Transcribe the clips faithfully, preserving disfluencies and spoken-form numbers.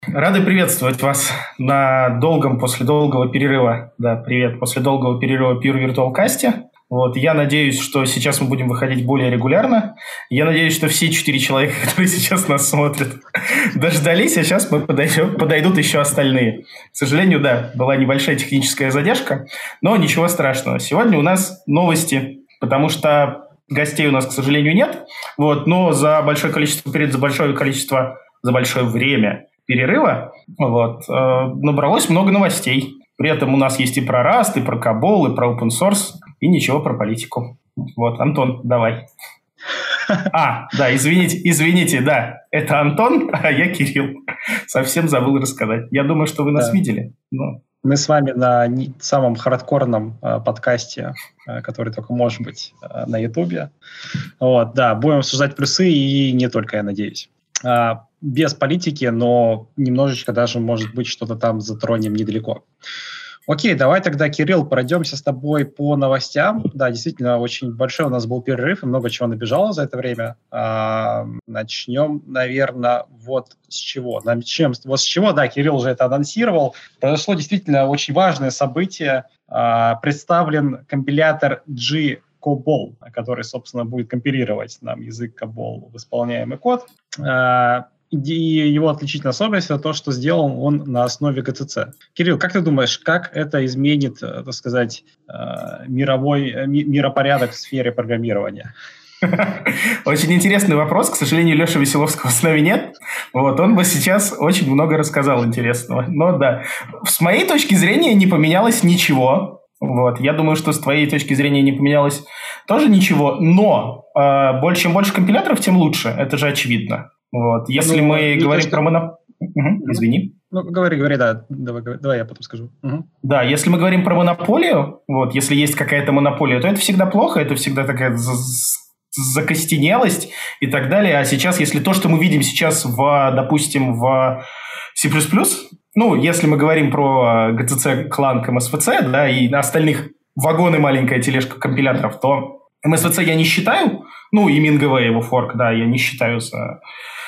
Рады приветствовать вас на долгом, после долгого перерыва, да, привет, после долгого перерыва Pure Virtual Cast. Вот, я надеюсь, что сейчас мы будем выходить более регулярно. Я надеюсь, что все четыре человека, которые сейчас нас смотрят, дождались, а сейчас мы подойдем, подойдут еще остальные. К сожалению, да, была небольшая техническая задержка, но ничего страшного. Сегодня у нас новости, потому что гостей у нас, к сожалению, нет. Вот, но за большое количество, перед за большое количество, за большое время перерыва вот, э, набралось много новостей. При этом у нас есть и про Rust, и про Cobol, и про open source, и ничего про политику. Вот, Антон, давай. А, да, извините, извините, да, это Антон, а я Кирилл. Совсем забыл рассказать. Я думаю, что вы нас да. видели. Но... Мы с вами на самом хардкорном э, подкасте, э, который только может быть э, на Ютубе. Вот, да, будем обсуждать плюсы и не только, я надеюсь. Э, без политики, но немножечко даже, может быть, что-то там затронем недалеко. Окей, давай тогда, Кирилл, пройдемся с тобой по новостям. Да, действительно, очень большой у нас был перерыв, и много чего набежало за это время. А, начнем, наверное, вот с чего. Начнем вот с чего, да, Кирилл уже это анонсировал. Произошло действительно очень важное событие. А, представлен компилятор G-Cobol, который, собственно, будет компилировать нам язык Cobol в исполняемый код. А, И его отличительная особенность – это то, что сделан он на основе джи си си. Кирилл, как ты думаешь, как это изменит, так сказать, мировой миропорядок в сфере программирования? Очень интересный вопрос. К сожалению, Леши Веселовского с нами нет. Вот, он бы сейчас очень много рассказал интересного. Но да, с моей точки зрения не поменялось ничего. Вот, я думаю, что с твоей точки зрения не поменялось тоже ничего. Но э, больше, чем больше компиляторов, тем лучше. Это же очевидно. Вот. Если ну, мы говорим то, про монополию... Угу, извини. Ну, говори, говори, да. Давай, давай я потом скажу. Угу. Да, если мы говорим про монополию, вот, если есть какая-то монополия, то это всегда плохо, это всегда такая закостенелость и так далее. А сейчас, если то, что мы видим сейчас, в, допустим, в C++, ну, если мы говорим про джи си си, Clang, эм эс ви си, да, и на остальных вагон и маленькая тележка компиляторов, то эм эс ви си я не считаю, ну, и Mingo его форк, да, я не считаю за...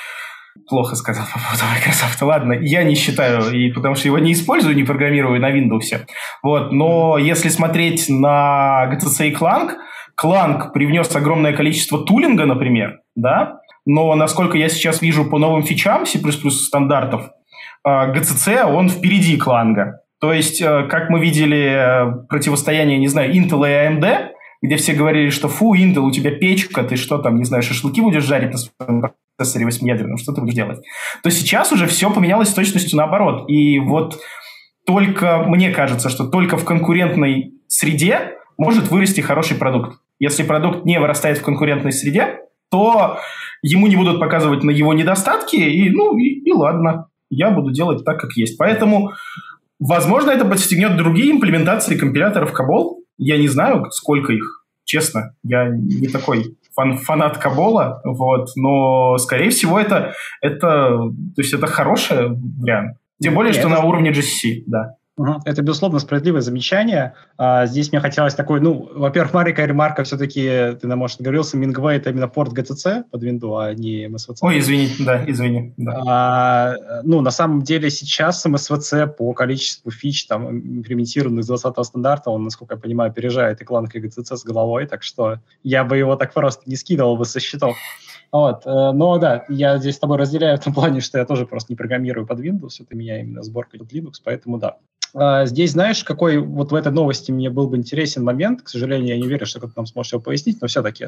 Плохо сказал по поводу Microsoft. Ладно, я не считаю, и потому что его не использую, не программирую на Windows. Вот. Но если смотреть на джи си си и Clang, Clang привнес огромное количество тулинга, например, да, но насколько я сейчас вижу по новым фичам C++ стандартов, джи си си, он впереди Clang. То есть, как мы видели противостояние, не знаю, Intel и эй эм ди, где все говорили, что фу, Intel, у тебя печка, ты что там, не знаю, шашлыки будешь жарить на своем процессоре восьмиядерном, что ты будешь делать? То сейчас уже все поменялось с точностью наоборот. И вот только, мне кажется, что только в конкурентной среде может вырасти хороший продукт. Если продукт не вырастает в конкурентной среде, то ему не будут показывать на его недостатки, и ну и, и ладно, я буду делать так, как есть. Поэтому, возможно, это подстегнет другие имплементации компиляторов Cobol. Я не знаю, сколько их, честно. Я не такой фан- фанат Cobol, вот, но, скорее всего, это, это, то есть это хороший вариант. Тем более, Нет, что это... на уровне джи си си, да. Угу. Это, безусловно, справедливое замечание. А, здесь мне хотелось такой, ну, во-первых, маленькая ремарка, все-таки, ты, может, говорился, Mingo это именно порт джи си си под Windows, а не эм эс ви си. Ой, извини, да, извини. Да. А, ну, на самом деле, сейчас эм эс ви си по количеству фич, там, имплементированных с двадцатого стандарта, он, насколько я понимаю, опережает и Clang, и джи си си с головой, так что я бы его так просто не скидывал бы со счетов. Вот. Но да, я здесь с тобой разделяю в том плане, что я тоже просто не программирую под Windows, это у меня именно сборка под Linux, поэтому да. Здесь, знаешь, какой вот в этой новости мне был бы интересен момент, к сожалению, я не верю, что кто-то нам сможет его пояснить, но все-таки,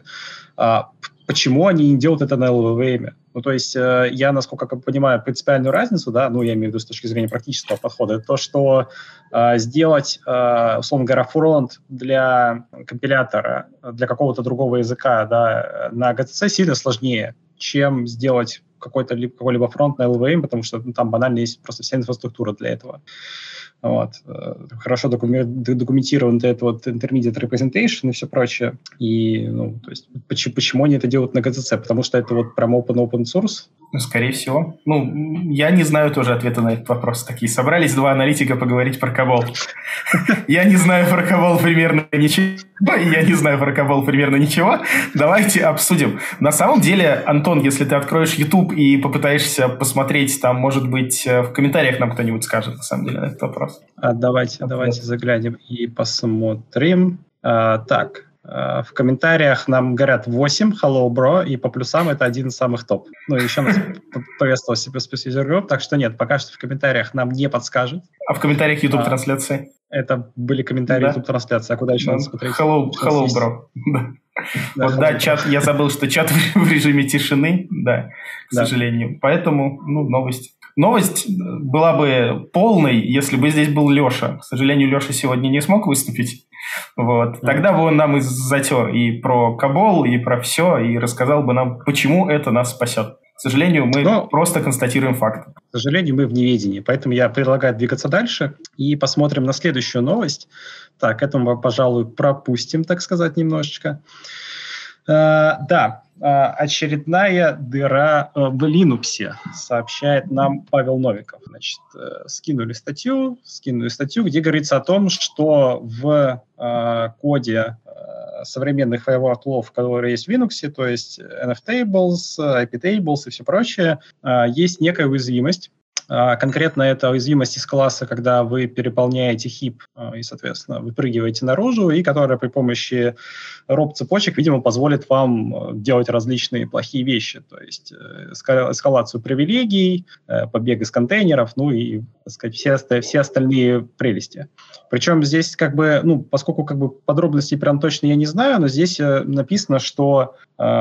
почему они не делают это на эл ви эм? Ну, то есть я, насколько понимаю, принципиальную разницу, да, ну, я имею в виду с точки зрения практического подхода, это то, что сделать, условно говоря, фронт для компилятора, для какого-то другого языка, да, на джи си си сильно сложнее, чем сделать какой-то какой-либо фронт на эл ви эм, потому что ну, там банально есть просто вся инфраструктура для этого. Вот. Хорошо документирован этот вот intermediate representation и все прочее. И, ну, то есть, почему, почему они это делают на джи си си? Потому что это вот прям open open source, Ну, скорее всего. Ну, я не знаю тоже ответа на этот вопрос. Такие собрались два аналитика поговорить про Кабол. Я не знаю про Кабол примерно ничего, и я не знаю про Кабол примерно ничего. Давайте обсудим. На самом деле, Антон, если ты откроешь YouTube и попытаешься посмотреть, там, может быть, в комментариях нам кто-нибудь скажет, на самом деле, на этот вопрос. А, давайте, давайте заглянем и посмотрим. А, так. В комментариях нам говорят восемь, hello, bro, и по плюсам это один из самых топ. Ну, еще нас приветствовал C++ User Group, так что нет, пока что в комментариях нам не подскажет. А в комментариях YouTube-трансляции? А, это были комментарии да? YouTube-трансляции, а куда еще да. надо смотреть? Hello, hello bro. Да, да, вот, да чат, я забыл, что чат в режиме тишины, да, к да. сожалению. Поэтому, ну, новость. Новость была бы полной, если бы здесь был Леша. К сожалению, Леша сегодня не смог выступить. Вот. Тогда бы он нам и затер и про Кабол, и про все, и рассказал бы нам, почему это нас спасет. К сожалению, мы Но, просто констатируем факт. К сожалению, мы в неведении. Поэтому я предлагаю двигаться дальше и посмотрим на следующую новость. Так, это мы, пожалуй, пропустим, так сказать, немножечко. Uh, да, uh, очередная дыра uh, в Linux, сообщает нам Павел Новиков. Значит, uh, скинули статью, скинули статью, где говорится о том, что в uh, коде uh, современных workflow, которые есть в Linux, то есть эн эф tables, ай пи tables и все прочее, uh, есть некая уязвимость. Конкретно это уязвимость из класса, когда вы переполняете хип и, соответственно, выпрыгиваете наружу, и которая при помощи роп-цепочек, видимо, позволит вам делать различные плохие вещи, то есть эскалацию привилегий, побег из контейнеров, ну и, так сказать, все, все остальные прелести. Причем здесь как бы, ну, поскольку как бы подробностей прям точно я не знаю, но здесь написано, что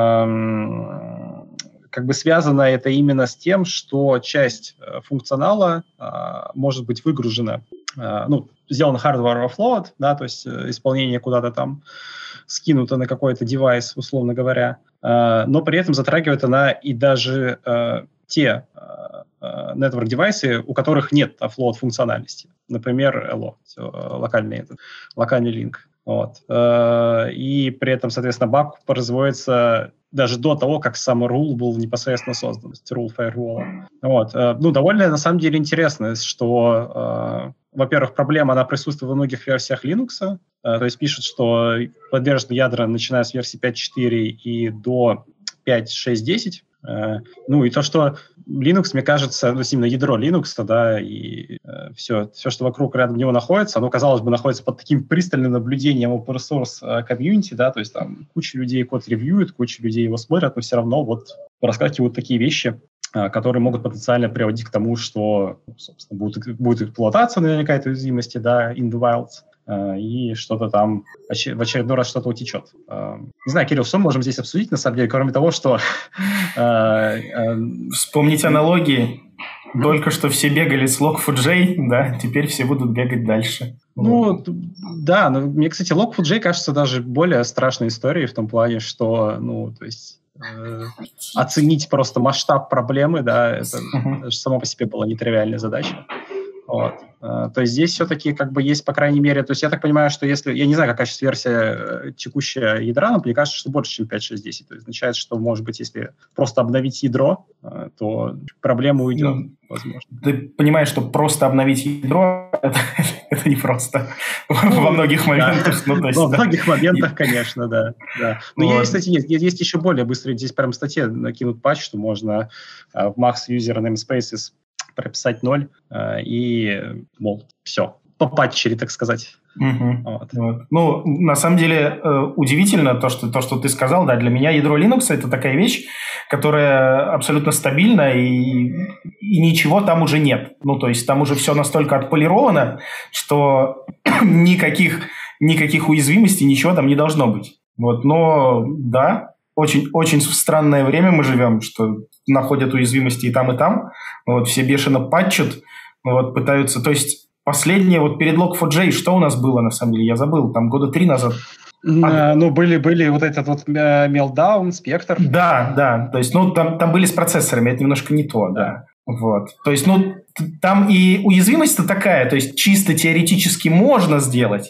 эм, как бы связано это именно с тем, что часть э, функционала э, может быть выгружена, э, ну, сделан hardware offload, да, то есть э, исполнение куда-то там скинуто на какой-то девайс, условно говоря, э, но при этом затрагивает она и даже э, те э, network девайсы, у которых нет offload функциональности, например, эл о, локальный, этот, локальный линк. Вот. И при этом, соответственно, баг производится даже до того, как сам rule был непосредственно создан, то есть rule firewall. Вот. Ну, довольно, на самом деле, интересно, что, во-первых, проблема, она присутствует во многих версиях Linux, то есть пишут, что поддержаны ядра, начиная с версии пять точка четыре и до пять точка шесть точка десять. Ну и то, что Linux, мне кажется, ну, именно ядро Linux, да, и э, все, все, что вокруг рядом него находится, оно, казалось бы, находится под таким пристальным наблюдением open source комьюнити, да, то есть там куча людей код ревьюет, куча людей его смотрят, но все равно вот проскакивают такие вещи, э, которые могут потенциально приводить к тому, что, собственно, будет, будет эксплуатация наверняка этой уязвимости, да, in the wilds, и что-то там в очередной раз что-то утечет. Не знаю, Кирилл, что мы можем здесь обсудить, на самом деле, кроме того, что... Вспомнить аналогии. Только что все бегали с лог фор джей, да, теперь все будут бегать дальше. Ну, да, но мне, кстати, лог фор джей кажется даже более страшной историей в том плане, что, ну, то есть... оценить просто масштаб проблемы, да, это uh-huh. даже само по себе была нетривиальная задача. Вот. Uh, то есть здесь все-таки как бы есть, по крайней мере, то есть я так понимаю, что если, я не знаю, какая сейчас версия текущая ядра, но мне кажется, что больше, чем пять точка шесть точка десять. То есть означает, что, может быть, если просто обновить ядро, uh, то проблема уйдет, ну, возможно. Ты понимаешь, что просто обновить ядро, это, это непросто ну, во многих моментах. Да. Ну, то есть, ну, да. Во многих моментах, конечно, да. да. Но вот. есть, кстати, есть, есть еще более быстрый, здесь прям в статье накинут патч, что можно uh, в Max User Namespaces прописать ноль, э, и, мол, все, попатчили, так сказать. Угу. Вот. Вот. Ну, на самом деле, э, удивительно то что, то, что ты сказал, да, для меня ядро Linux – это такая вещь, которая абсолютно стабильна, и, и ничего там уже нет. Ну, то есть там уже все настолько отполировано, что никаких, никаких уязвимостей, ничего там не должно быть. Вот. Но, да, очень, очень странное время мы живем, что находят уязвимости и там, и там. Вот, все бешено патчат, вот, пытаются... То есть последнее, вот перед лог фор джей, что у нас было, на самом деле? Я забыл, там года три назад. А, ну, были, были вот этот вот Meltdown, Spectre. Да, да. То есть, ну, там, там были с процессорами, это немножко не то, да. Вот. То есть, ну, там и уязвимость-то такая, то есть чисто теоретически можно сделать,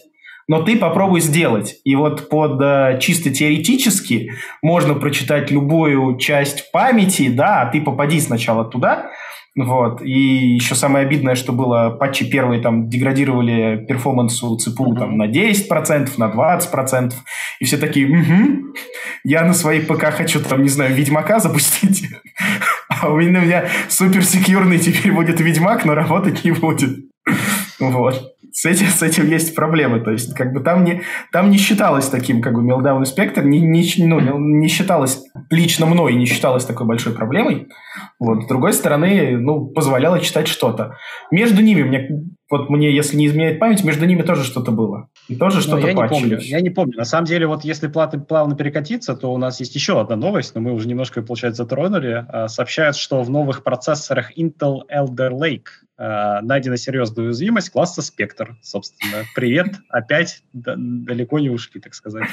но ты попробуй сделать. И вот под э, чисто теоретически можно прочитать любую часть памяти, да, а ты попади сначала туда. Вот. И еще самое обидное, что было, патчи первые там деградировали перформанс у ЦПУ mm-hmm. там, на десять процентов, на двадцать процентов. И все такие, угу, я на своей ПК хочу, там, не знаю, Ведьмака запустить. А у меня, у меня суперсекьюрный теперь будет Ведьмак, но работать не будет. Вот. С этим, с этим есть проблемы. То есть, как бы там не, там не считалось таким, как бы, Meltdown Inspector, не, не, ну, не считалось, лично мной не считалось такой большой проблемой. Вот. С другой стороны, ну, позволяло читать что-то. Между ними, мне, вот мне, если не изменяет память, между ними тоже что-то было. И тоже что-то я не помню. патчились. Я не помню. На самом деле, вот если плавно, плавно перекатиться, то у нас есть еще одна новость, но мы уже немножко, получается, затронули. Сообщают, что в новых процессорах Intel Alder Lake найдена серьезная уязвимость класса Spectre, собственно. Привет, опять да, далеко не ушли, так сказать.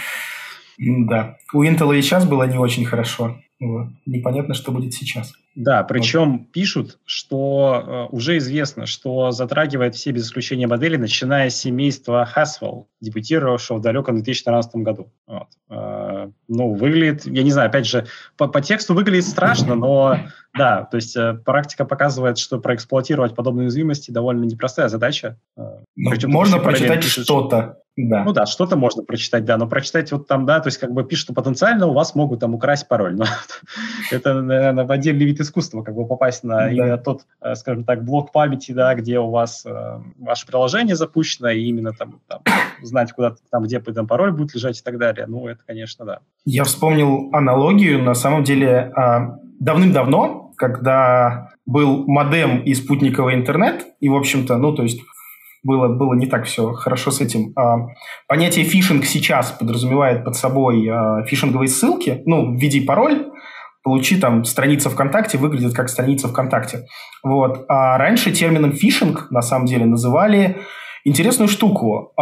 Да. У Intel и сейчас было не очень хорошо. Вот. Непонятно, что будет сейчас. Да, причем вот. Пишут, что э, уже известно, что затрагивает все без исключения модели, начиная с семейства Haswell, дебютировавшего в далеком две тысячи тринадцатом году. Вот. Э, ну, выглядит, я не знаю, опять же, по, по тексту выглядит страшно, но да, то есть э, практика показывает, что проэксплуатировать подобные уязвимости довольно непростая задача. Э, причем, можно прочитать пишут, что-то. Да. Ну да, что-то можно прочитать, да, но прочитать вот там, да, то есть как бы пишут, что потенциально у вас могут там украсть пароль, но это, наверное, в отдельный вид искусства, как бы попасть на да. именно тот, скажем так, блок памяти, да, где у вас э, ваше приложение запущено, и именно там, там знать, куда там, где там пароль будет лежать и так далее, ну это, конечно, да. Я вспомнил аналогию, на самом деле, э, давным-давно, когда был модем и спутниковый интернет, и, в общем-то, ну, то есть Было, было не так все хорошо с этим. Понятие фишинг сейчас подразумевает под собой фишинговые ссылки. Ну, введи пароль, получи там страница ВКонтакте, выглядит как страница ВКонтакте. Вот. А раньше термином фишинг на самом деле называли интересную штуку.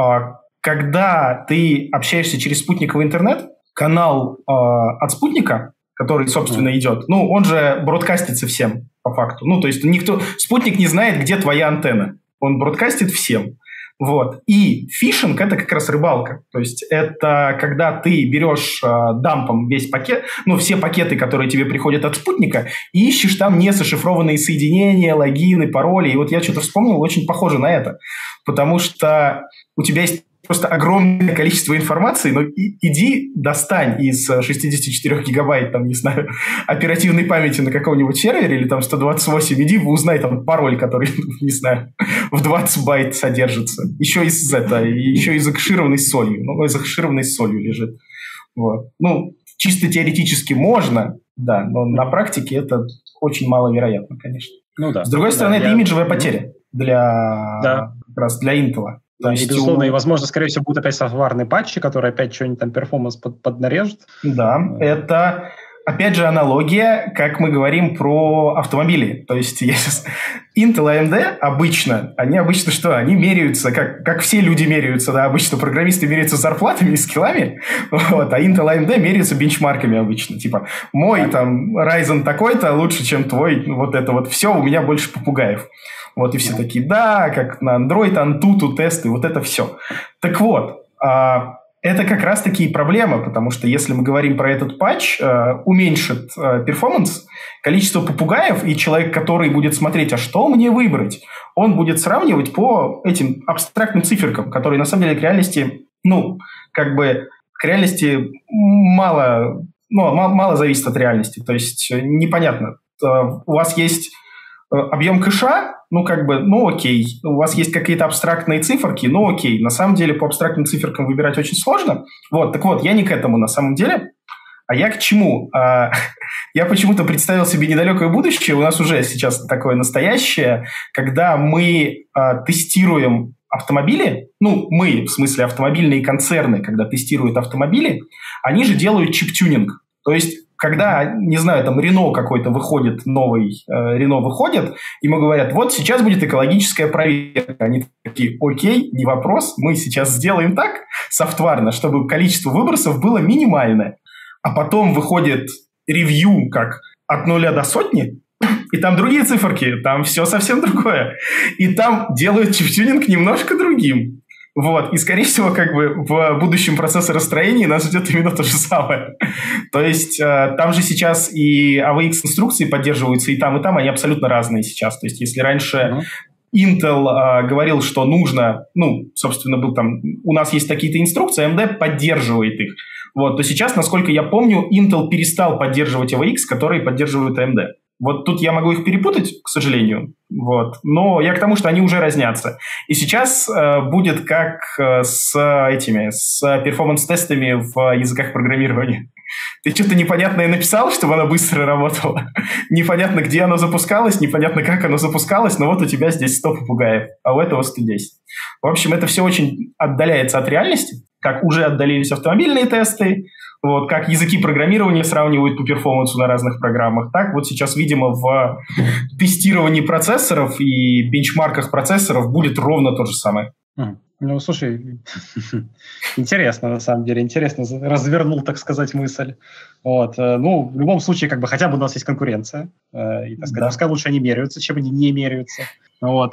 Когда ты общаешься через спутниковый интернет, канал от спутника, который, собственно, идет, ну, он же бродкастится всем по факту. Ну, то есть никто, спутник не знает, где твоя антенна. Он бродкастит всем. Вот. И фишинг – это как раз рыбалка. То есть это когда ты берешь э, дампом весь пакет, ну, все пакеты, которые тебе приходят от спутника, и ищешь там незашифрованные соединения, логины, пароли. И вот я что-то вспомнил, очень похоже на это. Потому что у тебя есть просто огромное количество информации, но и, иди достань из шестьдесят четыре гигабайт, там, не знаю, оперативной памяти на каком-нибудь сервере или там сто двадцать восемь, иди узнай там пароль, который, не знаю, в двадцать байт содержится. Еще и с это, еще и закэшированной солью. Ну, закэшированной солью лежит. Вот. Ну, чисто теоретически можно, да, но на практике это очень маловероятно, конечно. Ну, да. С другой стороны, да, это я... имиджевая потеря для, да. как раз для Intel. Да, и, безусловно, у... и, возможно, скорее всего, будут опять софтварные патчи, которые опять что-нибудь там перформанс под, поднарежут. Да, это, опять же, аналогия, как мы говорим про автомобили. То есть, я сейчас... Intel и эй эм ди обычно, они обычно что? Они меряются, как, как все люди меряются, да, обычно программисты меряются зарплатами и скиллами, вот, а Intel и эй эм ди меряются бенчмарками обычно. Типа, мой там Ryzen такой-то лучше, чем твой, вот это вот все, у меня больше попугаев. Вот, и все такие, да, как на Android, Antutu тесты, вот это все. Так вот, а, это как раз-таки и проблема, потому что если мы говорим про этот патч, а, уменьшит а, перформанс, количество попугаев, и человек, который будет смотреть, а что мне выбрать, он будет сравнивать по этим абстрактным циферкам, которые на самом деле к реальности, ну, как бы к реальности мало, ну, мало, мало зависит от реальности. То есть непонятно. У вас есть объем кэша, ну, как бы, ну, окей. У вас есть какие-то абстрактные циферки, ну, окей. На самом деле, по абстрактным циферкам выбирать очень сложно. Вот, так вот, я не к этому на самом деле. А я к чему? А, я почему-то представил себе недалекое будущее. У нас уже сейчас такое настоящее, когда мы а, тестируем автомобили. Ну, мы, в смысле, автомобильные концерны, когда тестируют автомобили, они же делают чип-тюнинг. То есть, когда, не знаю, там Рено какой-то выходит, новый э, Рено выходит, ему говорят, вот сейчас будет экологическая проверка. Они такие, окей, не вопрос, мы сейчас сделаем так софтварно, чтобы количество выбросов было минимальное. А потом выходит ревью как от нуля до сотни, и там другие циферки, там все совсем другое. И там делают чип-тюнинг немножко другим. Вот, и, скорее всего, как бы в будущем процессоростроении нас ждет именно то же самое. То есть э, там же сейчас и эй ви икс-инструкции поддерживаются и там, и там, они абсолютно разные сейчас. То есть если раньше mm-hmm. Intel э, говорил, что нужно, ну, собственно, был там, у нас есть такие-то инструкции, эй эм ди поддерживает их. Вот, то сейчас, насколько я помню, Intel перестал поддерживать эй ви икс, которые поддерживают эй эм ди. Вот тут я могу их перепутать, к сожалению, вот. Но я к тому, что они уже разнятся. И сейчас э, будет как э, с этими, с перформанс-тестами в языках программирования. Ты что-то непонятное написал, чтобы оно быстро работало. Непонятно, где оно запускалось, непонятно, как оно запускалось, но вот у тебя здесь сто попугаев, а у этого сто десять. В общем, это все очень отдаляется от реальности, как уже отдалились автомобильные тесты, вот, как языки программирования сравнивают по перформансу на разных программах, так вот сейчас, видимо, в тестировании процессоров и бенчмарках процессоров будет ровно то же самое. Ну, слушай, интересно, на самом деле, интересно развернул, так сказать, мысль. Вот. Ну, в любом случае, как бы хотя бы у нас есть конкуренция, и, так сказать, да. Пускай лучше они меряются, чем они не меряются. Вот.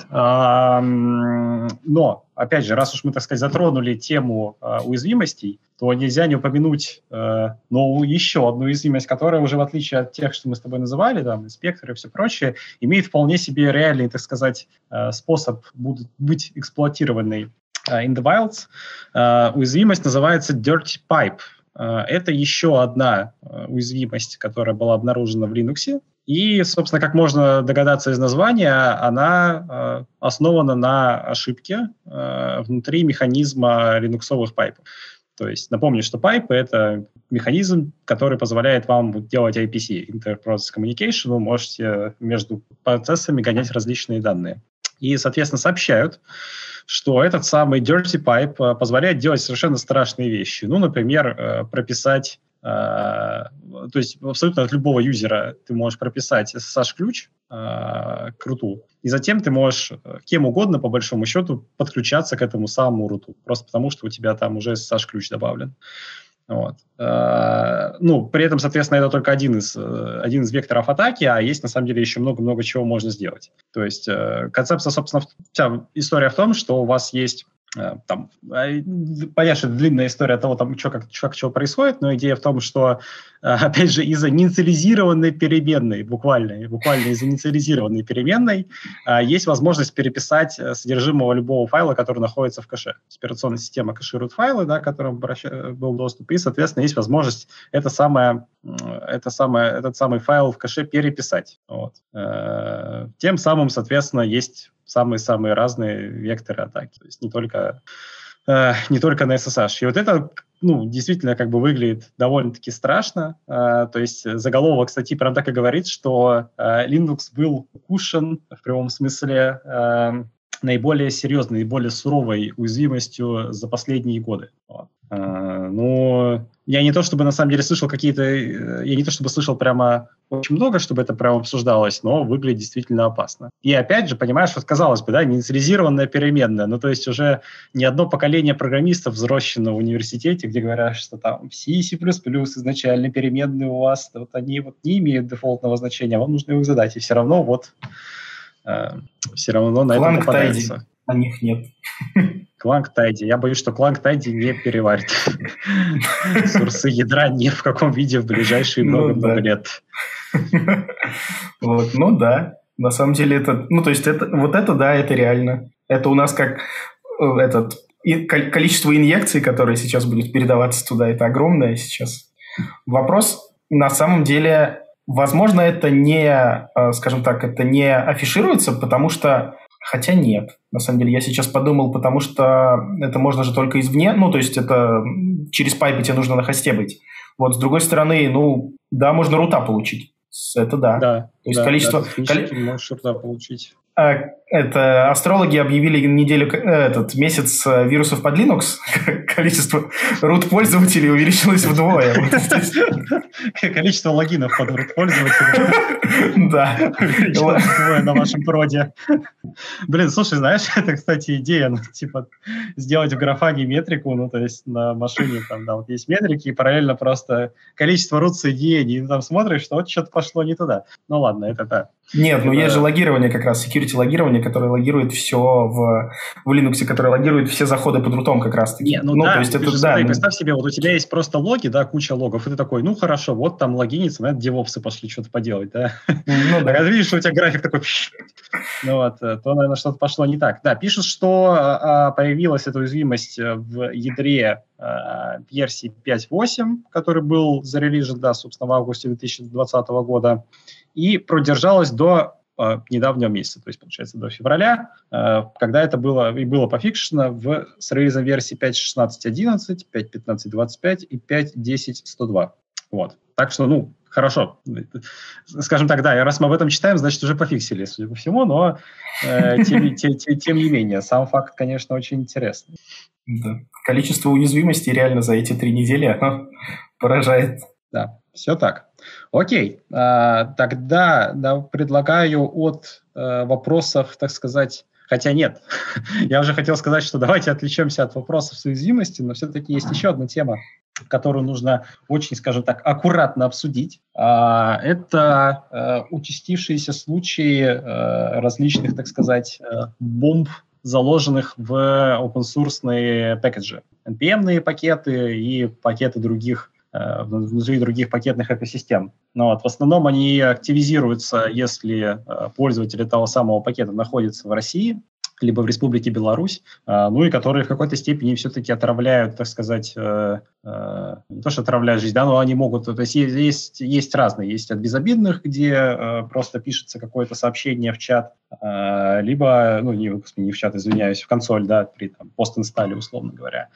Но, опять же, раз уж мы, так сказать, затронули тему уязвимостей, то нельзя не упомянуть ну, еще одну уязвимость, которая уже, в отличие от тех, что мы с тобой называли, там, инспекторы и все прочее, имеет вполне себе реальный, так сказать, способ быть эксплуатированной in the wilds. Uh, уязвимость называется Dirty Pipe. Uh, это еще одна uh, уязвимость, которая была обнаружена в Linux. И, собственно, как можно догадаться из названия, она uh, основана на ошибке uh, внутри механизма линуксовых пайпов. То есть напомню, что пайпы — это механизм, который позволяет вам делать ай пи си, Inter-Process Communication. Вы можете между процессами гонять различные данные. И, соответственно, сообщают, что этот самый Dirty Pipe позволяет делать совершенно страшные вещи. Ну, например, прописать, то есть абсолютно от любого юзера ты можешь прописать эс эс эйч-ключ к руту, и затем ты можешь кем угодно, по большому счету, подключаться к этому самому руту, просто потому что у тебя там уже эс эс эйч-ключ добавлен. Вот. Ну, при этом, соответственно, это только один из, один из векторов атаки, а есть, на самом деле, еще много-много чего можно сделать. То есть концепция, собственно, вся история в том, что у вас есть там, понятно, что это длинная история того, там, что, как, как чего происходит, но идея в том, что, опять же, из-за инициализированной переменной, буквально, буквально из-за инициализированной переменной, есть возможность переписать содержимого любого файла, который находится в кэше. Операционная система кэширует файлы, да, к которым был доступ, и, соответственно, есть возможность это самое, это самое, этот самый файл в кэше переписать. Вот. Тем самым, соответственно, есть самые-самые разные векторы атаки, то есть не только, э, не только на эс эс эйч. И вот это, ну, действительно как бы выглядит довольно-таки страшно. Э, то есть заголовок статьи прям так и говорит, что э, Linux был укушен в прямом смысле э, наиболее серьезной, наиболее суровой уязвимостью за последние годы. Вот. Uh, ну, я не то чтобы на самом деле слышал какие-то, я не то чтобы слышал прямо очень много, чтобы это прямо обсуждалось, но выглядит действительно опасно. И опять же, понимаешь, вот казалось бы, да, инициализированная переменная, ну то есть уже не одно поколение программистов взросшено в университете, где говорят, что там C и C++ изначально переменные у вас, вот они вот не имеют дефолтного значения, вам нужно их задать, и все равно вот uh, все равно на это попадается. А них нет. Кланг Тайди. Я боюсь, что Кланг Тайди не переварит сурсы ядра ни в каком виде в ближайшие много-много лет. Вот, ну да. На самом деле это... Ну, то есть это, вот это, да, это реально. Это у нас как этот, количество инъекций, которые сейчас будет передаваться туда, это огромное сейчас. Вопрос, на самом деле, возможно, это не, скажем так, это не афишируется, потому что... Хотя нет. На самом деле, я сейчас подумал, потому что это можно же только извне. Ну, то есть это через пайпы тебе нужно на хосте быть. Вот, с другой стороны, ну, да, можно рута получить. Это да. Да, то есть да, количество... Да, коли... можешь рута получить. Это астрологи объявили неделю, этот месяц вирусов под Linux. Количество рут-пользователей увеличилось вдвое. Количество логинов под рут-пользователей. Да. Увеличилось вдвое на вашем проде. Блин, слушай, знаешь, это, кстати, идея, ну, типа, сделать в графаге метрику, ну, то есть на машине там, да, вот есть метрики, и параллельно просто количество рут-соединений, и там смотришь, что вот что-то пошло не туда. Ну, ладно, это да. Нет, ну есть же логирование как раз, security логирование, программирования, которое логирует все в, в Linux, которое логирует все заходы под рутом как раз-таки. Не, ну, ну да, то есть это, да, смотри, ну... представь себе, вот у тебя есть просто логи, да, куча логов, и ты такой, ну хорошо, вот там логинится, наверное, девопсы пошли что-то поделать, да? Ну да. А когда видишь, что у тебя график такой, ну вот, то, наверное, что-то пошло не так. Да, пишут, что а, появилась эта уязвимость в ядре а, версии пять точка восемь, который был зарелижен, да, собственно, в августе две тысячи двадцатого года, и продержалась до э, недавнего месяца, то есть, получается, до февраля, э, когда это было и было пофикшено в, с релизом версии пять точка шестнадцать точка одиннадцать, пять точка пятнадцать точка двадцать пять и пять точка десять точка сто два. Вот. Так что, ну, хорошо. Скажем так, да, раз мы об этом читаем, значит, уже пофиксили, судя по всему, но э, тем, тем, тем, тем не менее, сам факт, конечно, очень интересный. Да. Количество уязвимостей реально за эти три недели, оно поражает. Да, все так. Окей, а, тогда да, предлагаю от а, вопросов, так сказать, хотя нет, я уже хотел сказать, что давайте отвлечемся от вопросов с уязвимостью, но все-таки есть еще одна тема, которую нужно очень, скажем так, аккуратно обсудить. А, это а, участившиеся случаи а, различных, так сказать, а, бомб, заложенных в open-source пакеты, эн пи эм-ные пакеты и пакеты других, э, внутри других пакетных экосистем. Но вот, в основном они активизируются, если э, пользователь того самого пакета находится в России, либо в Республике Беларусь, э, ну и которые в какой-то степени все-таки отравляют, так сказать, э, э, не то, что отравляют жизнь, да, но они могут, то есть есть, есть разные, есть от безобидных, где э, просто пишется какое-то сообщение в чат, э, либо, ну, не, не в чат, извиняюсь, в консоль, да, при там, пост-инсталле, условно говоря,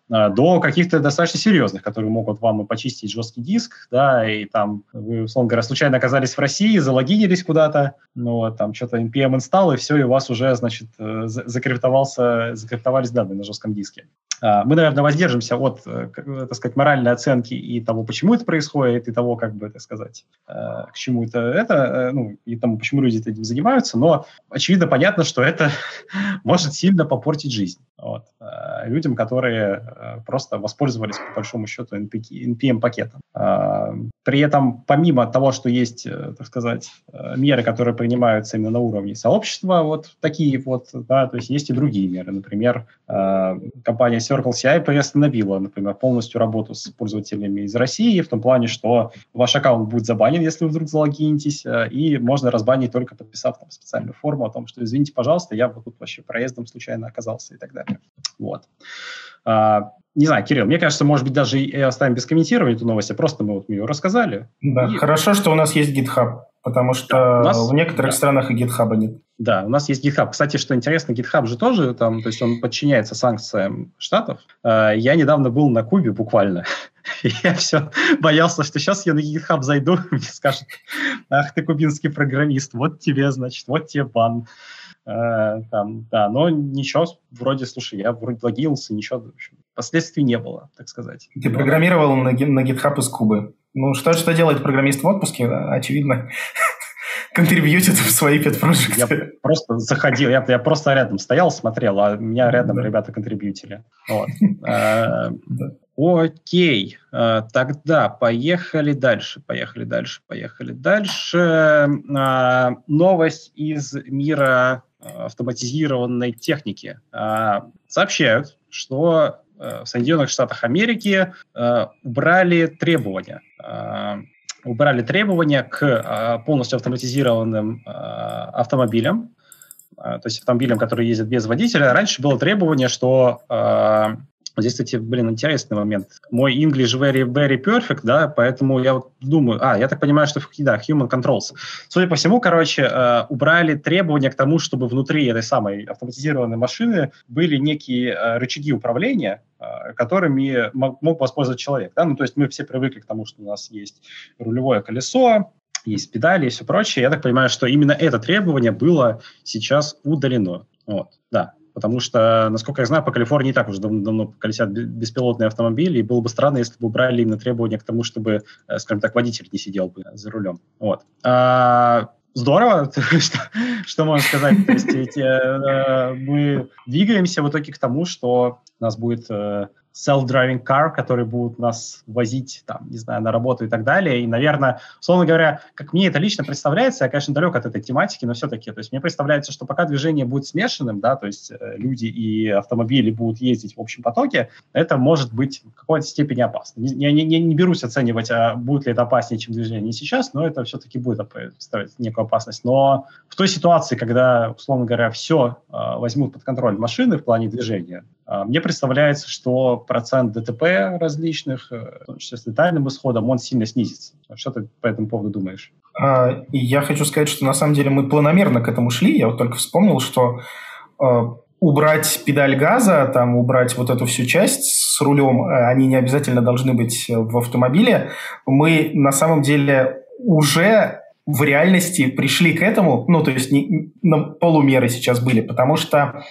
до каких-то достаточно серьезных, которые могут вам и почистить жесткий диск, да, и там вы, условно говоря, случайно оказались в России, залогинились куда-то, ну, вот, там что-то эн пи эм инсталл, и все, и у вас уже, значит, закриптовался, закриптовались данные на жестком диске. Мы, наверное, воздержимся от, так сказать, моральной оценки и того, почему это происходит, и того, как бы, так сказать, к чему это, это ну, и тому, почему люди этим занимаются, но, очевидно, понятно, что это может сильно попортить жизнь вот, людям, которые просто воспользовались, по большому счету, эн пи эм-пакетом. При этом, помимо того, что есть, так сказать, меры, которые принимаются именно на уровне сообщества, вот такие вот, да, то есть есть и другие меры. Например, компания Circle си ай приостановила, например, полностью работу с пользователями из России, в том плане, что ваш аккаунт будет забанен, если вы вдруг залогинитесь, и можно разбанить только подписав там специальную форму о том, что, извините, пожалуйста, я вот тут вообще проездом случайно оказался и так далее. Вот. Uh, не знаю, Кирилл, мне кажется, может быть, даже и оставим без комментирования эту новость, а просто мы вот ее рассказали. Да, и... хорошо, что у нас есть GitHub, потому что да, нас... в некоторых да. странах и GitHub нет. Да, у нас есть GitHub. Кстати, что интересно, GitHub же тоже, там, то есть он подчиняется санкциям Штатов. Uh, я недавно был на Кубе буквально, и я все боялся, что сейчас я на GitHub зайду, мне скажут, ах ты кубинский программист, вот тебе, значит, вот тебе бан. Uh, там, да, но ничего, вроде, слушай, я вроде логинился, ничего, в общем, последствий не было, так сказать. Ты но, программировал да. на, на GitHub из Кубы. Ну, что, что делает программист в отпуске, да, очевидно, контрибьютит в свои пет-проекты. Я просто заходил, я, я просто рядом стоял, смотрел, а меня рядом да. ребята контрибьютили. Вот. uh, да. Окей, uh, тогда поехали дальше, поехали дальше, поехали дальше. Uh, новость из мира автоматизированной техники. Uh, сообщают, что uh, в Соединенных Штатах Америки uh, убрали требования. Uh, убрали требования к uh, полностью автоматизированным uh, автомобилям, uh, то есть автомобилям, которые ездят без водителя. Раньше было требование, что... Uh, Здесь, кстати, блин, интересный момент. Мой English very, very perfect, да, поэтому я вот думаю... А, я так понимаю, что, да, human controls. Судя по всему, короче, э, убрали требования к тому, чтобы внутри этой самой автоматизированной машины были некие э, рычаги управления, э, которыми мог, мог воспользоваться человек, да, ну, то есть мы все привыкли к тому, что у нас есть рулевое колесо, есть педали и все прочее. Я так понимаю, что именно это требование было сейчас удалено. Вот, да. Потому что, насколько я знаю, по Калифорнии и так уже давно, давно колесят беспилотные автомобили, и было бы странно, если бы убрали именно требования к тому, чтобы, скажем так, водитель не сидел бы за рулем. Вот. А, здорово, что, что можно сказать. То есть ведь, э, мы двигаемся в итоге к тому, что у нас будет э, self-driving car, которые будут нас возить, там, не знаю, на работу и так далее. И, наверное, условно говоря, как мне это лично представляется, я, конечно, далек от этой тематики, но все-таки, то есть мне представляется, что пока движение будет смешанным, да, то есть э, люди и автомобили будут ездить в общем потоке, это может быть в какой-то степени опасно. Я не, не, не берусь оценивать, а будет ли это опаснее, чем движение сейчас, но это все-таки будет представлять некую опасность. Но в той ситуации, когда, условно говоря, все э, возьмут под контроль машины в плане движения, э, мне представляется, что процент ДТП различных, в том числе с летальным исходом, он сильно снизится. Что ты по этому поводу думаешь? А, я хочу сказать, что на самом деле мы планомерно к этому шли. Я вот только вспомнил, что э, убрать педаль газа, там, убрать вот эту всю часть с рулем, э, они не обязательно должны быть в автомобиле. Мы на самом деле уже в реальности пришли к этому, ну, то есть не, на полумеры сейчас были, потому что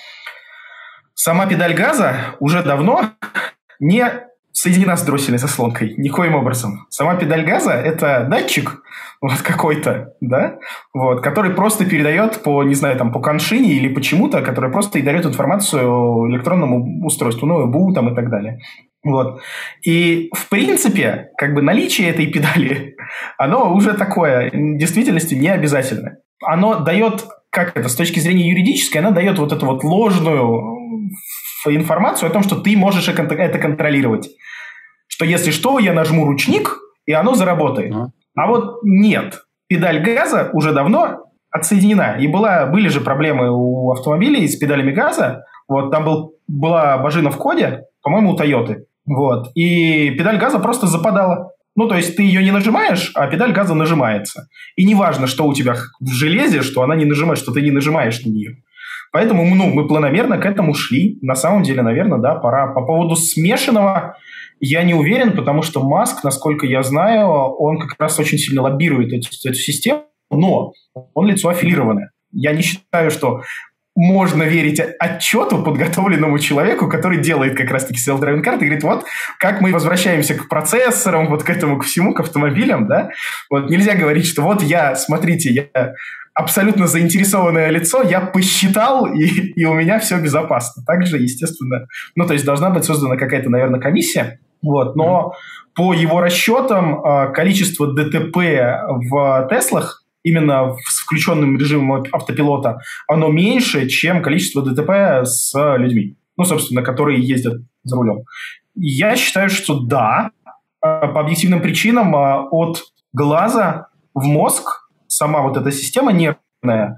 сама педаль газа уже давно не соединена с дроссельной заслонкой никоим образом. Сама педаль газа – это датчик вот какой-то, да, вот, который просто передает по, не знаю, там, по коншине или почему-то, который просто и дает информацию электронному устройству, ну, БУ там и так далее. Вот. И, в принципе, как бы наличие этой педали, оно уже такое, в действительности не обязательно. Оно дает, как это, с точки зрения юридической, оно дает вот эту вот ложную информацию о том, что ты можешь это контролировать. Что если что, я нажму ручник, и оно заработает. Mm. А вот нет. Педаль газа уже давно отсоединена. И была, были же проблемы у автомобилей с педалями газа. Вот, там был, была бажина в коде, по-моему, у Тойоты. Вот. И педаль газа просто западала. Ну, то есть ты ее не нажимаешь, а педаль газа нажимается. И неважно, что у тебя в железе, что она не нажимает, что ты не нажимаешь на нее. Поэтому ну, мы планомерно к этому шли. На самом деле, наверное, да, пора. По поводу смешанного я не уверен, потому что Маск, насколько я знаю, он как раз очень сильно лоббирует эту, эту систему, но он лицо аффилированное. Я не считаю, что можно верить отчету подготовленному человеку, который делает как раз-таки self-driving карты и говорит, вот как мы возвращаемся к процессорам, вот к этому, ко всему, к автомобилям, да. Вот нельзя говорить, что вот я, смотрите, я абсолютно заинтересованное лицо, я посчитал, и, и у меня все безопасно. Также, естественно, ну, то есть должна быть создана какая-то, наверное, комиссия, вот, но mm-hmm. по его расчетам количество ДТП в Теслах именно с включенным режимом автопилота, оно меньше, чем количество ДТП с людьми, ну, собственно, которые ездят за рулем. Я считаю, что да, по объективным причинам от глаза в мозг сама вот эта система нервная,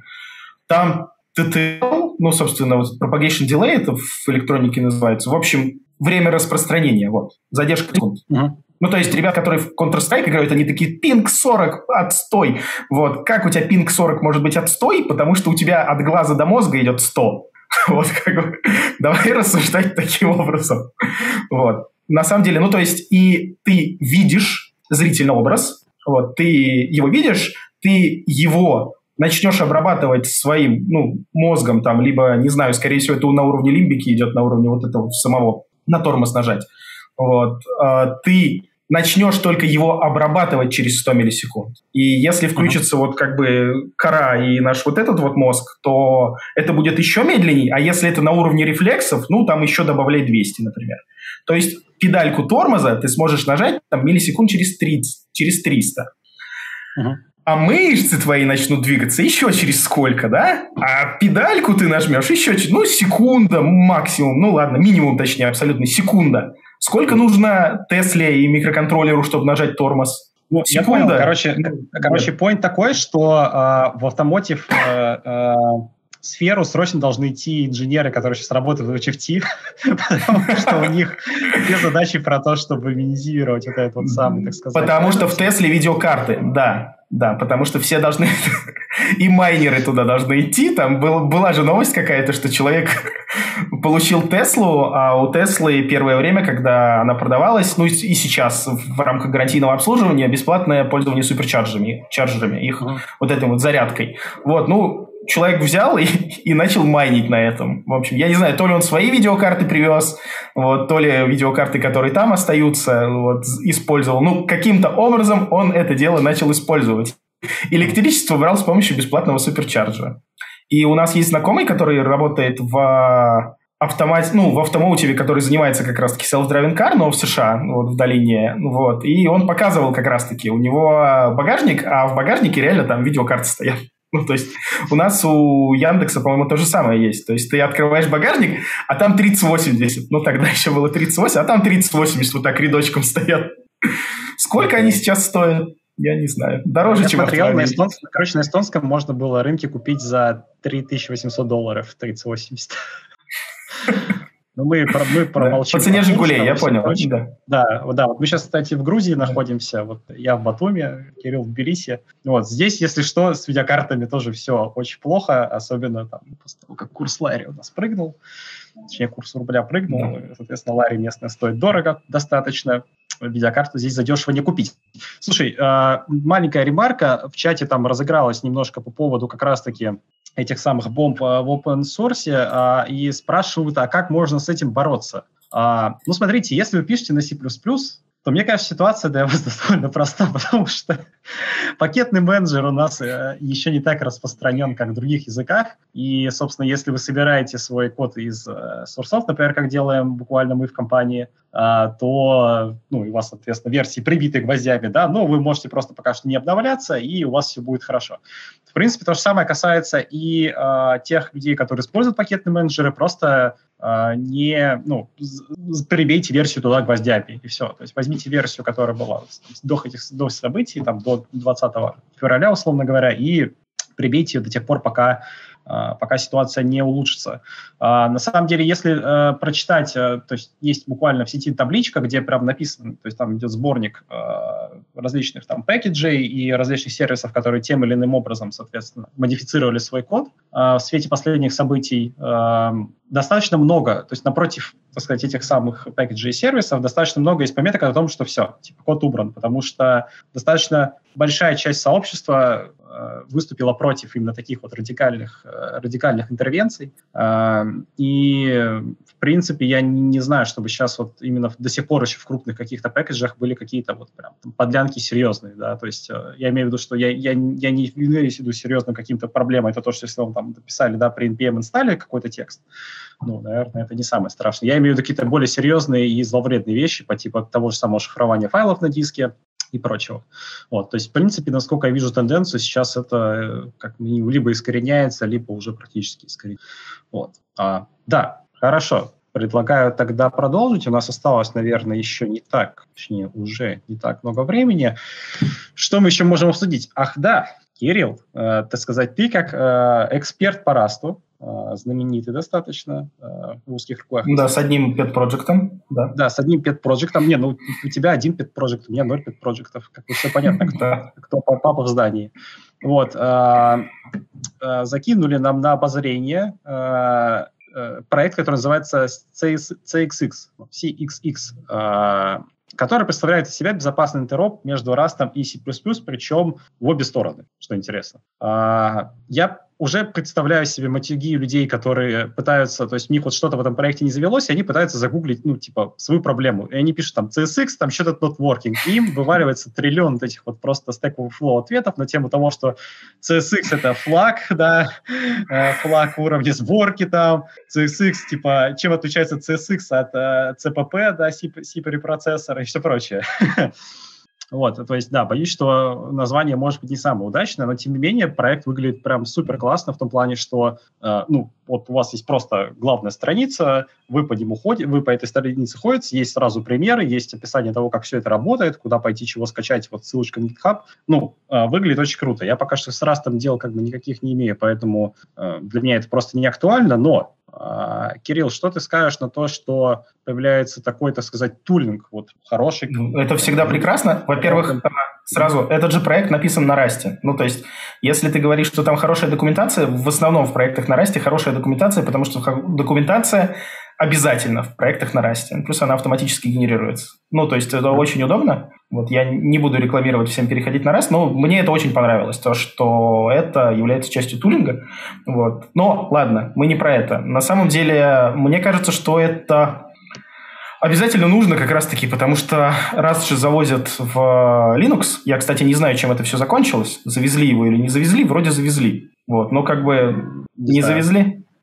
там ти ти эл, ну, собственно, вот propagation delay, это в электронике называется, в общем, время распространения, вот, задержка секунд. Uh-huh. Ну, то есть ребята, которые в Counter-Strike играют, они такие, пинг сорок, отстой. Вот, как у тебя пинг сорок может быть отстой? Потому что у тебя от глаза до мозга идет сто. Вот, как бы, давай рассуждать таким образом. Вот. На самом деле, ну, то есть и ты видишь зрительный образ, вот, ты его видишь, ты его начнешь обрабатывать своим, ну, мозгом, там, либо, не знаю, скорее всего, это на уровне лимбики идет, на уровне вот этого самого, на тормоз нажать. Вот, а, ты начнешь только его обрабатывать через сто миллисекунд. И если включится uh-huh. вот как бы кора и наш вот этот вот мозг, то это будет еще медленнее, а если это на уровне рефлексов, ну, там еще добавляй двести, например. То есть педальку тормоза ты сможешь нажать там миллисекунд через тридцать, через триста. Uh-huh. А мышцы твои начнут двигаться еще через сколько, да? А педальку ты нажмешь еще, ну, секунда максимум, ну, ладно, минимум, точнее, абсолютно, секунда. Сколько нужно Тесле и микроконтроллеру, чтобы нажать тормоз? Ну, секунда. Я понял. Короче, короче point такой, что э, в автомотив э, э, сферу срочно должны идти инженеры, которые сейчас работают в эйч эф ти, потому что у них все задачи про то, чтобы минимизировать вот этот вот самый, так сказать. Потому что в Тесле видеокарты, да. Да, потому что все должны... и майнеры туда должны идти. Там был, была же новость какая-то, что человек получил Теслу, а у Теслы первое время, когда она продавалась, ну и сейчас в рамках гарантийного обслуживания бесплатное пользование суперчарджерами, чарджерами, их uh-huh. вот этой вот зарядкой. Вот, ну, человек взял и, и начал майнить на этом. В общем, я не знаю, то ли он свои видеокарты привез, вот, то ли видеокарты, которые там остаются, вот, использовал. Ну, каким-то образом он это дело начал использовать. Электричество брал с помощью бесплатного суперчарджера. И у нас есть знакомый, который работает в автомат, ну, в автомотиве, который занимается как раз-таки self-driving car, но в США, вот, в долине, вот, и он показывал как раз-таки, у него багажник, а в багажнике реально там видеокарты стоят. Ну, то есть у нас у Яндекса, по-моему, то же самое есть. То есть ты открываешь багажник, а там тридцать восемьдесят. Ну, тогда еще было тридцать восемь, а там тридцать восемьдесят вот так рядочком стоят. Сколько они сейчас стоят? Я не знаю. Дороже, Я чем смотрел, на эстонском, короче, на эстонском можно было рынке купить за три тысячи восемьсот долларов тридцать восемьдесят. Ну, мы, мы промолчим. По цене «Жигулей», я понял. Да. Да, да, вот мы сейчас, кстати, в Грузии находимся. Вот я в Батуми, Кирилл в Тбилиси. Вот здесь, если что, с видеокартами тоже все очень плохо, особенно там после того, как курс лари у нас прыгнул, точнее, курс рубля прыгнул, да. Соответственно, лари местная стоит дорого достаточно. Видеокарту здесь задешево не купить. Слушай, маленькая ремарка. В чате там разыгралась немножко по поводу как раз-таки этих самых бомб в open source, а, и спрашивают, а как можно с этим бороться? А, ну, смотрите, если вы пишете на C++, то, мне кажется, ситуация для вас довольно проста, потому что пакетный менеджер у нас э, еще не так распространен, как в других языках. И, собственно, если вы собираете свой код из э, сорсов, например, как делаем буквально мы в компании, э, то, ну, и у вас, соответственно, версии прибиты гвоздями, да, но вы можете просто пока что не обновляться, и у вас все будет хорошо. В принципе, то же самое касается и э, тех людей, которые используют пакетные менеджеры, просто э, не, ну, прибейте версию туда гвоздями, и все. То есть возьмите версию, которая была до этих до событий, там, до двадцатого февраля, условно говоря, и прибейте ее до тех пор, пока, пока ситуация не улучшится. На самом деле, если прочитать, то есть есть буквально в сети табличка, где прям написано, то есть там идет сборник различных там пэкэджей и различных сервисов, которые тем или иным образом, соответственно, модифицировали свой код. В свете последних событий достаточно много, то есть напротив, так сказать, этих самых пэкэджей и сервисов достаточно много есть пометок о том, что все, типа код убран, потому что достаточно большая часть сообщества э, выступила против именно таких вот радикальных, э, радикальных интервенций. Э, и, в принципе, я не, не знаю, чтобы сейчас вот именно до сих пор еще в крупных каких-то пэкэджах были какие-то вот прям там подлянки серьезные, да, то есть э, я имею в виду, что я, я, я не имею в виду серьезным каким-то проблемой, это то, что если вам там написали, да, при эн пи эм инсталле какой-то текст, ну, наверное, это не самое страшное. Я имею в виду какие-то более серьезные и зловредные вещи по типу того же самого шифрования файлов на диске и прочего. Вот, то есть, в принципе, насколько я вижу тенденцию, сейчас это как либо искореняется, либо уже практически искореняется. Вот. А, да, хорошо. Предлагаю тогда продолжить. У нас осталось, наверное, еще не так, точнее, уже не так много времени. Что мы еще можем обсудить? Ах, да, Кирилл, э, так сказать, ты как э, эксперт по расту, знаменитый достаточно э, в узких кругах. Да, с одним пет-проектом. Да. да, с одним пет-проектом. Не, ну у тебя один пет-проект, у меня ноль пет-проектов. Как бы все понятно, кто, кто папа в здании. Вот. Э, э, закинули нам на обозрение э, э, проект, который называется си икс икс, си икс икс, э, который представляет из себя безопасный интероп между Rust и C++, причем в обе стороны, что интересно. Э, я уже представляю себе матюги людей, которые пытаются, то есть у них вот что-то в этом проекте не завелось, и они пытаются загуглить, ну, типа, свою проблему. И они пишут там си эс икс, там что-то not working. И им вываливается триллион вот этих вот просто Stack Overflow ответов на тему того, что си эс икс — это флаг, да, флаг уровня сборки там, си эс икс, типа, чем отличается си эс икс от uh, си пи пи, да, си пи препроцессора и все прочее. Вот, то есть, да, боюсь, что название может быть не самое удачное, но, тем не менее, проект выглядит прям супер классно в том плане, что, э, ну, вот у вас есть просто главная страница, вы по нему ходите, вы по этой странице ходите, есть сразу примеры, есть описание того, как все это работает, куда пойти, чего скачать, вот ссылочка на GitHub. Ну, э, выглядит очень круто. Я пока что с Rust дел как бы никаких не имею, поэтому э, для меня это просто не актуально, но Кирилл, что ты скажешь на то, что появляется такой, так сказать, тулинг, вот, хороший? Это всегда прекрасно. Во-первых, сразу, этот же проект написан на Rust. Ну, то есть, если ты говоришь, что там хорошая документация, в основном в проектах на Rust хорошая документация, потому что документация обязательно в проектах на Rust. Плюс она автоматически генерируется. Ну, то есть, это очень удобно. Вот, я не буду рекламировать всем переходить на Rust, но мне это очень понравилось, то, что это является частью тулинга. Вот. Но, ладно, мы не про это. На самом деле, мне кажется, что это обязательно нужно как раз-таки, потому что Rust же завозят в Linux. Я, кстати, не знаю, чем это все закончилось. Завезли его или не завезли? Вроде завезли. Вот. Но как бы не, не завезли.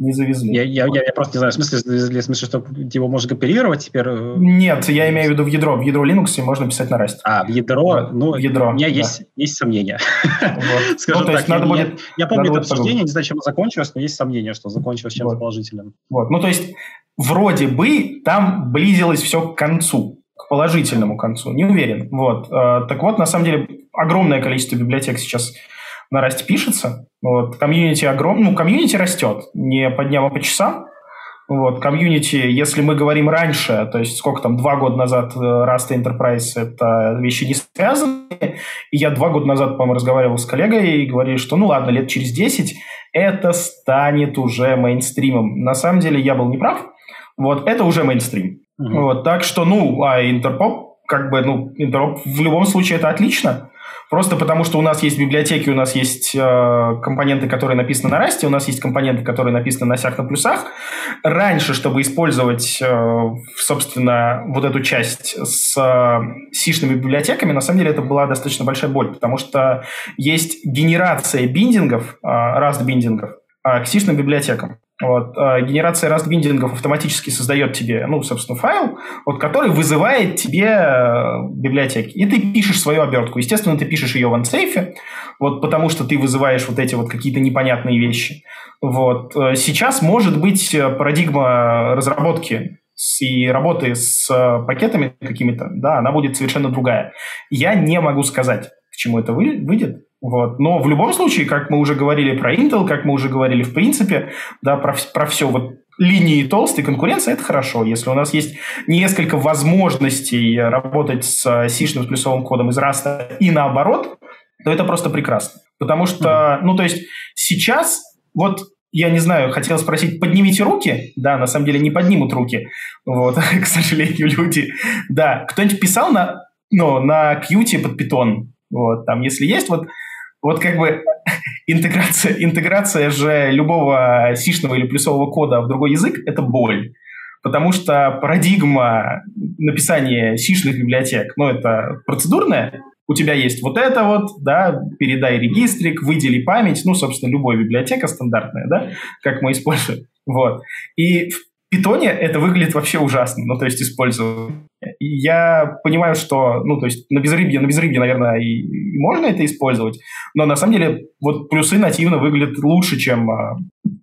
не завезли. Я, я, я, я просто не знаю, в смысле завезли, в смысле, что его можно компилировать теперь? Нет, я имею в виду в ядро. В ядро Linux можно писать на Rust. А, в ядро? Вот. Ну, в ядро, у меня да. есть, есть сомнения. Вот. Скажем ну, так, я, будет, я помню это обсуждение, погубить. Не знаю, чем оно закончилось, но есть сомнения, что закончилось чем-то вот. положительным. Вот. Ну, то есть, вроде бы там близилось все к концу. К положительному концу, не уверен. Вот. Так вот, на самом деле, огромное количество библиотек сейчас на Rust пишется. Вот. Комьюнити огромное, ну, комьюнити растет, не по дням, а по часам. Вот. Комьюнити, если мы говорим раньше, то есть сколько там, два года назад Rust Enterprise, это вещи не связанные, и я два года назад, по-моему, разговаривал с коллегой и говорили, что ну ладно, лет через десять это станет уже мейнстримом. На самом деле я был неправ. Вот. Это уже мейнстрим. Uh-huh. Вот, так что, ну, а Интерпоп, как бы, ну, Интероп в любом случае это отлично. Просто потому, что у нас есть библиотеки, у нас есть э, компоненты, которые написаны на Rust, у нас есть компоненты, которые написаны на сях, на плюсах. Раньше, чтобы использовать, э, собственно, вот эту часть с э, сишными библиотеками, на самом деле это была достаточно большая боль, потому что есть генерация биндингов, э, Rust-биндингов э, к сишным библиотекам. Вот, э, генерация Rust-биндингов автоматически создает тебе, ну, собственно, файл, вот, который вызывает тебе э, библиотеки. И ты пишешь свою обертку. Естественно, ты пишешь ее в ансейфе, вот, потому что ты вызываешь вот эти вот какие-то непонятные вещи. Вот. Сейчас может быть парадигма разработки и работы с пакетами какими-то, да, она будет совершенно другая. Я не могу сказать, к чему это выйдет. Вот. Но в любом случае, как мы уже говорили про Intel, как мы уже говорили в принципе, да, про, про все, вот линии толстой конкуренции, это хорошо. Если у нас есть несколько возможностей работать с сишным плюсовым кодом из Rust и наоборот, то это просто прекрасно. Потому что, mm-hmm. ну, то есть сейчас, вот, я не знаю, хотел спросить, поднимите руки? Да, на самом деле не поднимут руки, вот, к сожалению, люди. Да, кто-нибудь писал на, ну, на Qt под Python? Вот, там, если есть, вот, вот как бы интеграция, интеграция же любого сишного или плюсового кода в другой язык – это боль. Потому что парадигма написания сишных библиотек, ну, это процедурная. У тебя есть вот это вот, да, передай регистрик, выдели память, ну, собственно, любая библиотека стандартная, да, как мы используем. Вот. И в Python это выглядит вообще ужасно, ну, то есть использовать. И я понимаю, что, ну, то есть на безрыбье, на безрыбье, наверное, и, и можно это использовать, но на самом деле вот плюсы нативно выглядят лучше, чем э,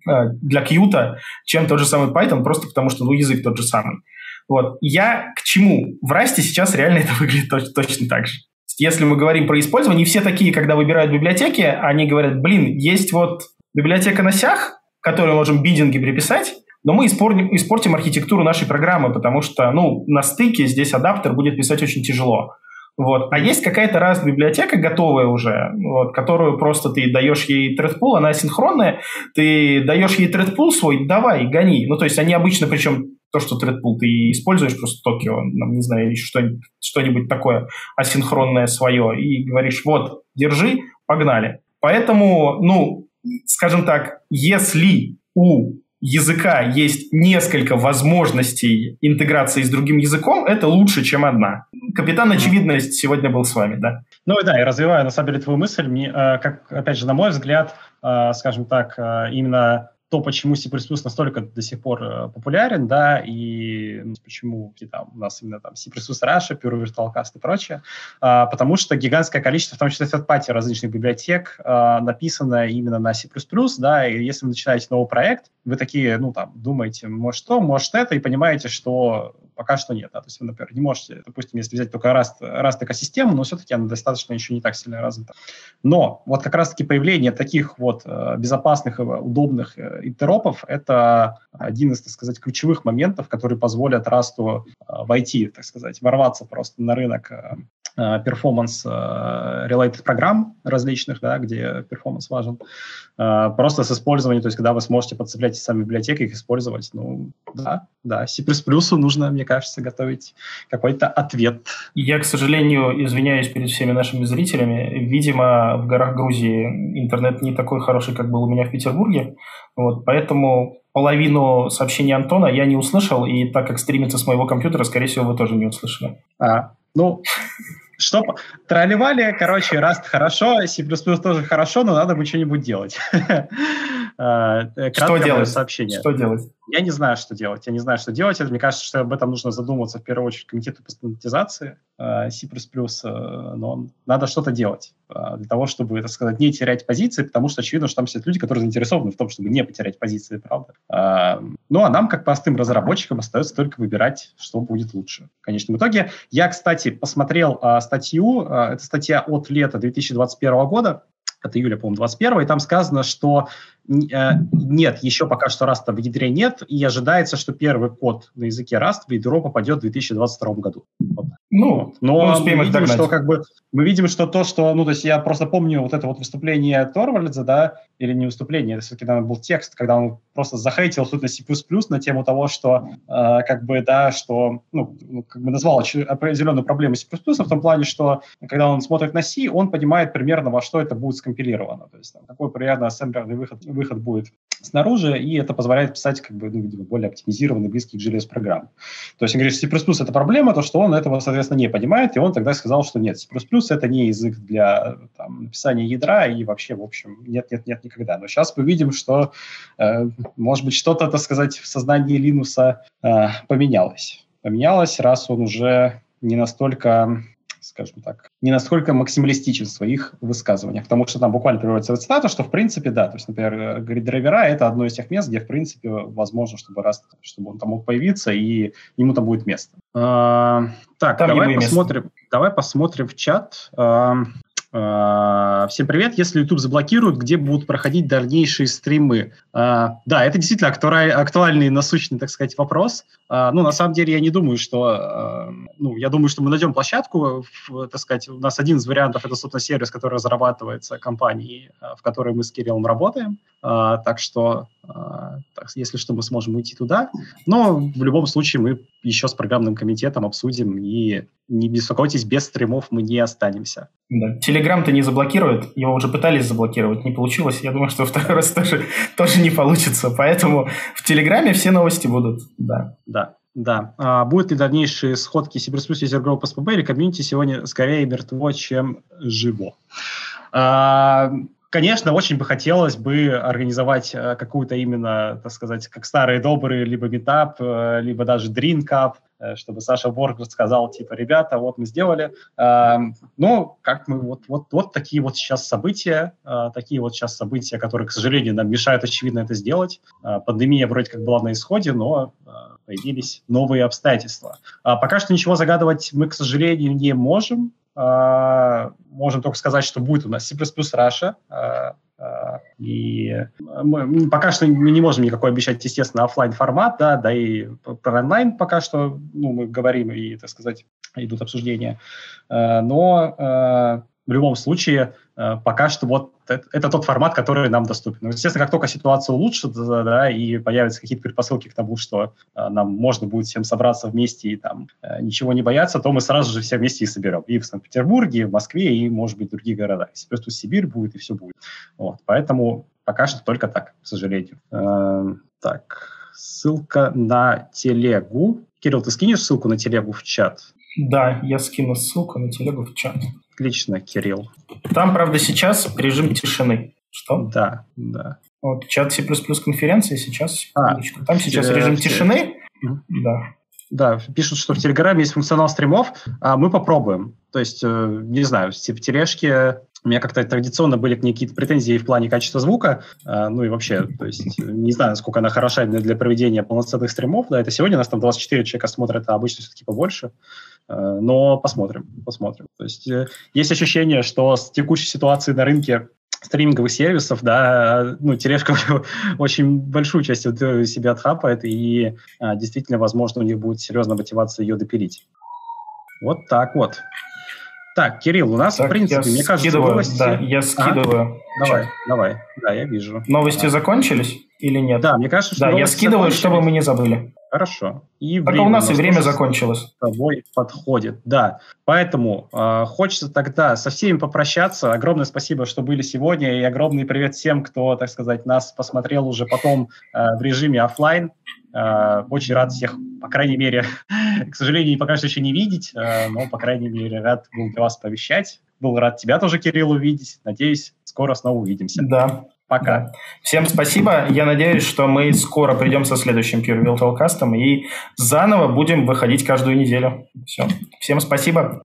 для Qt, чем тот же самый Python, просто потому что, ну, язык тот же самый. Вот. Я к чему? В Rust сейчас реально это выглядит точ- точно так же. Если мы говорим про использование, все такие, когда выбирают библиотеки, они говорят, блин, есть вот библиотека на сях, которую можем биддинги приписать, но мы испортим, испортим архитектуру нашей программы, потому что, ну, на стыке здесь адаптер будет писать очень тяжело. Вот. А есть какая-то Rust-библиотека готовая уже, вот, которую просто ты даешь ей thread-pool, она асинхронная, ты даешь ей thread-pool свой, давай, гони. Ну, то есть они обычно, причем то, что thread-pool ты используешь просто Tokio, не знаю, что-нибудь, что-нибудь такое асинхронное свое, и говоришь, вот, держи, погнали. Поэтому, ну, скажем так, если у языка есть несколько возможностей интеграции с другим языком, это лучше, чем одна. Капитан Очевидность сегодня был с вами, да? Ну и да, и развивая на самом деле твою мысль, мне, э, как, опять же, на мой взгляд, э, скажем так, э, именно то, почему C++ настолько до сих пор э, популярен, да, и ну, почему и, там, у нас именно там C++ Russia, Pure VirtualCast и прочее, э, потому что гигантское количество, в том числе third-party различных библиотек, э, написано именно на C++, да, и если вы начинаете новый проект, вы такие, ну, там, думаете, может то, может это, и понимаете, что пока что нет, да, то есть вы, например, не можете, допустим, если взять только Rust, Rust экосистему, но все-таки она достаточно еще не так сильно развита. Но вот как раз-таки появление таких вот э, безопасных, удобных э, интеропов – это один из, так сказать, ключевых моментов, которые позволят Rust э, войти, так сказать, ворваться просто на рынок э, перформанс-related программ различных, да, где перформанс важен, э, просто с использованием, то есть когда вы сможете подцеплять сами библиотеки, их использовать, ну, да, да, C++ нужно, мне кажется, готовить какой-то ответ. Я, к сожалению, извиняюсь перед всеми нашими зрителями, видимо, в горах Грузии интернет не такой хороший, как был у меня в Петербурге, вот, поэтому половину сообщений Антона я не услышал, и так как стримится с моего компьютера, скорее всего, вы тоже не услышали. А, ну... Что? Тролливали, короче, Rust хорошо, C++ тоже хорошо, но надо бы что-нибудь делать. Что делать? Сообщение. Что делать? Я не знаю, что делать. Я не знаю, что делать. Мне кажется, что об этом нужно задуматься в первую очередь комитету по стандартизации C++, но надо что-то делать для того, чтобы, так сказать, не терять позиции, потому что очевидно, что там сидят люди, которые заинтересованы в том, чтобы не потерять позиции, правда. Ну, а нам, как простым разработчикам, остается только выбирать, что будет лучше. В конечном итоге. Я, кстати, посмотрел статью, это статья от лета две тысячи двадцать первого года, от июля, по-моему, двадцать первого, и там сказано, что э, нет, еще пока что Rust в ядре нет, и ожидается, что первый код на языке Rust в ядро попадет в две тысячи двадцать втором году. Вот. Ну, но мы успеем мы видим, догнать. что как бы мы видим, что то, что, ну, то есть я просто помню вот это вот выступление Торвальдса, да, или не выступление, это все-таки, наверное, был текст, когда он просто захейтил суть на C++ на тему того, что, э, как бы, да, что, ну, как бы назвал определенную проблему C++ в том плане, что когда он смотрит на C, он понимает примерно, во что это будет скомпилировано, то есть там, какой примерно ассемблерный выход, выход будет снаружи, и это позволяет писать, как бы, ну, видимо, более оптимизированный, близкий к железу программ. То есть он говорит, C++ — это проблема, то, что он этого, соответственно, не понимает, и он тогда сказал, что нет, C++ — это не язык для там, написания ядра, и вообще, в общем, нет-нет-нет никогда. Но сейчас мы видим, что, э, может быть, что-то, так сказать, в сознании Линуса э, поменялось. Поменялось, раз он уже не настолько, скажем так, не настолько максималистичен в своих высказываниях, потому что там буквально приводится цитата, что в принципе, да, то есть, например, говорит, драйвера — это одно из тех мест, где, в принципе, возможно, чтобы, раз, чтобы он там мог появиться, и ему там будет место. А, так, там давай посмотрим, место. давай посмотрим в чат. А, а, всем привет. Если YouTube заблокируют, где будут проходить дальнейшие стримы? А, да, это действительно актуаль, актуальный и насущный, так сказать, вопрос. А, ну, на самом деле, я не думаю, что... А, ну, я думаю, что мы найдем площадку. В, так сказать, у нас один из вариантов — это, собственно, сервис, который разрабатывается компанией, в которой мы с Кириллом работаем. А, так что, а, так, если что, мы сможем уйти туда. Но в любом случае мы еще с программным комитетом обсудим, и не беспокойтесь, без стримов мы не останемся. Да. Телеграм-то не заблокирует, его уже пытались заблокировать, не получилось. Я думаю, что второй раз тоже, тоже не получится, поэтому в Телеграме все новости будут, да. Да. Да. А будут ли дальнейшие сходки C++ User Group эс пи би, или комьюнити сегодня скорее мертво, чем живо? А, конечно, очень бы хотелось бы организовать какую-то именно, так сказать, как старые добрые, либо митап, либо даже дринкап, чтобы Саша Борг сказал, типа, ребята, вот мы сделали. Но как мы, вот, вот, вот такие вот сейчас события, такие вот сейчас события, которые, к сожалению, нам мешают, очевидно, это сделать. Пандемия вроде как была на исходе, но появились новые обстоятельства. Пока что ничего загадывать мы, к сожалению, не можем. Можем только сказать, что будет у нас C++ Russia. И мы пока что мы не можем никакой обещать, естественно, офлайн формат, да, да и про онлайн пока что, ну, мы говорим и, так сказать, идут обсуждения. Но в любом случае пока что вот это, это тот формат, который нам доступен. Но, естественно, как только ситуация улучшится, да, и появятся какие-то предпосылки к тому, что нам можно будет всем собраться вместе и там ничего не бояться, то мы сразу же все вместе и соберем. И в Санкт-Петербурге, и в Москве, и, может быть, в других городах. Если просто Сибирь будет, и все будет. Вот. Поэтому пока что только так, к сожалению. Э, так, ссылка на телегу. Кирилл, ты скинешь ссылку на телегу в чат? Да, я скину ссылку на телегу в чат. Отлично, Кирилл. Там, правда, сейчас режим тишины. Что? Да, да. Вот, чат C++ конференции сейчас. А, там сейчас режим все. тишины. Mm-hmm. Да. Да, пишут, что в Телеграме есть функционал стримов, а мы попробуем. То есть, э, не знаю, в тележке у меня как-то традиционно были к ней какие-то претензии в плане качества звука, э, ну и вообще, то есть, не знаю, насколько она хороша для проведения полноценных стримов, да, это сегодня у нас там двадцать четыре человека смотрят, а обычно все-таки побольше, э, но посмотрим, посмотрим. То есть, э, есть ощущение, что с текущей ситуацией на рынке стриминговых сервисов, да, ну, тележка очень большую часть себя отхапает, и а, действительно, возможно, у них будет серьезная мотивация ее допилить. Вот так вот. Так, Кирилл, у нас, так, в принципе, мне кажется, новости... Да, я скидываю. Ага. Давай, давай. Да, я вижу. Новости да. закончились или нет? Да, мне кажется, что Да, я скидываю, закончились. чтобы мы не забыли. Хорошо. И Только у нас и время тоже закончилось. с тобой подходит, да. Поэтому э, хочется тогда со всеми попрощаться. Огромное спасибо, что были сегодня, и огромный привет всем, кто, так сказать, нас посмотрел уже потом э, в режиме офлайн. Э, очень рад всех, по крайней мере, к сожалению, пока что еще не видеть, э, но, по крайней мере, рад был для вас повещать. Был рад тебя тоже, Кирилл, увидеть. Надеюсь, скоро снова увидимся. Да. Пока. Да. Всем спасибо. Я надеюсь, что мы скоро придем со следующим Pure Virtual Cast'ом и заново будем выходить каждую неделю. Все. Всем спасибо.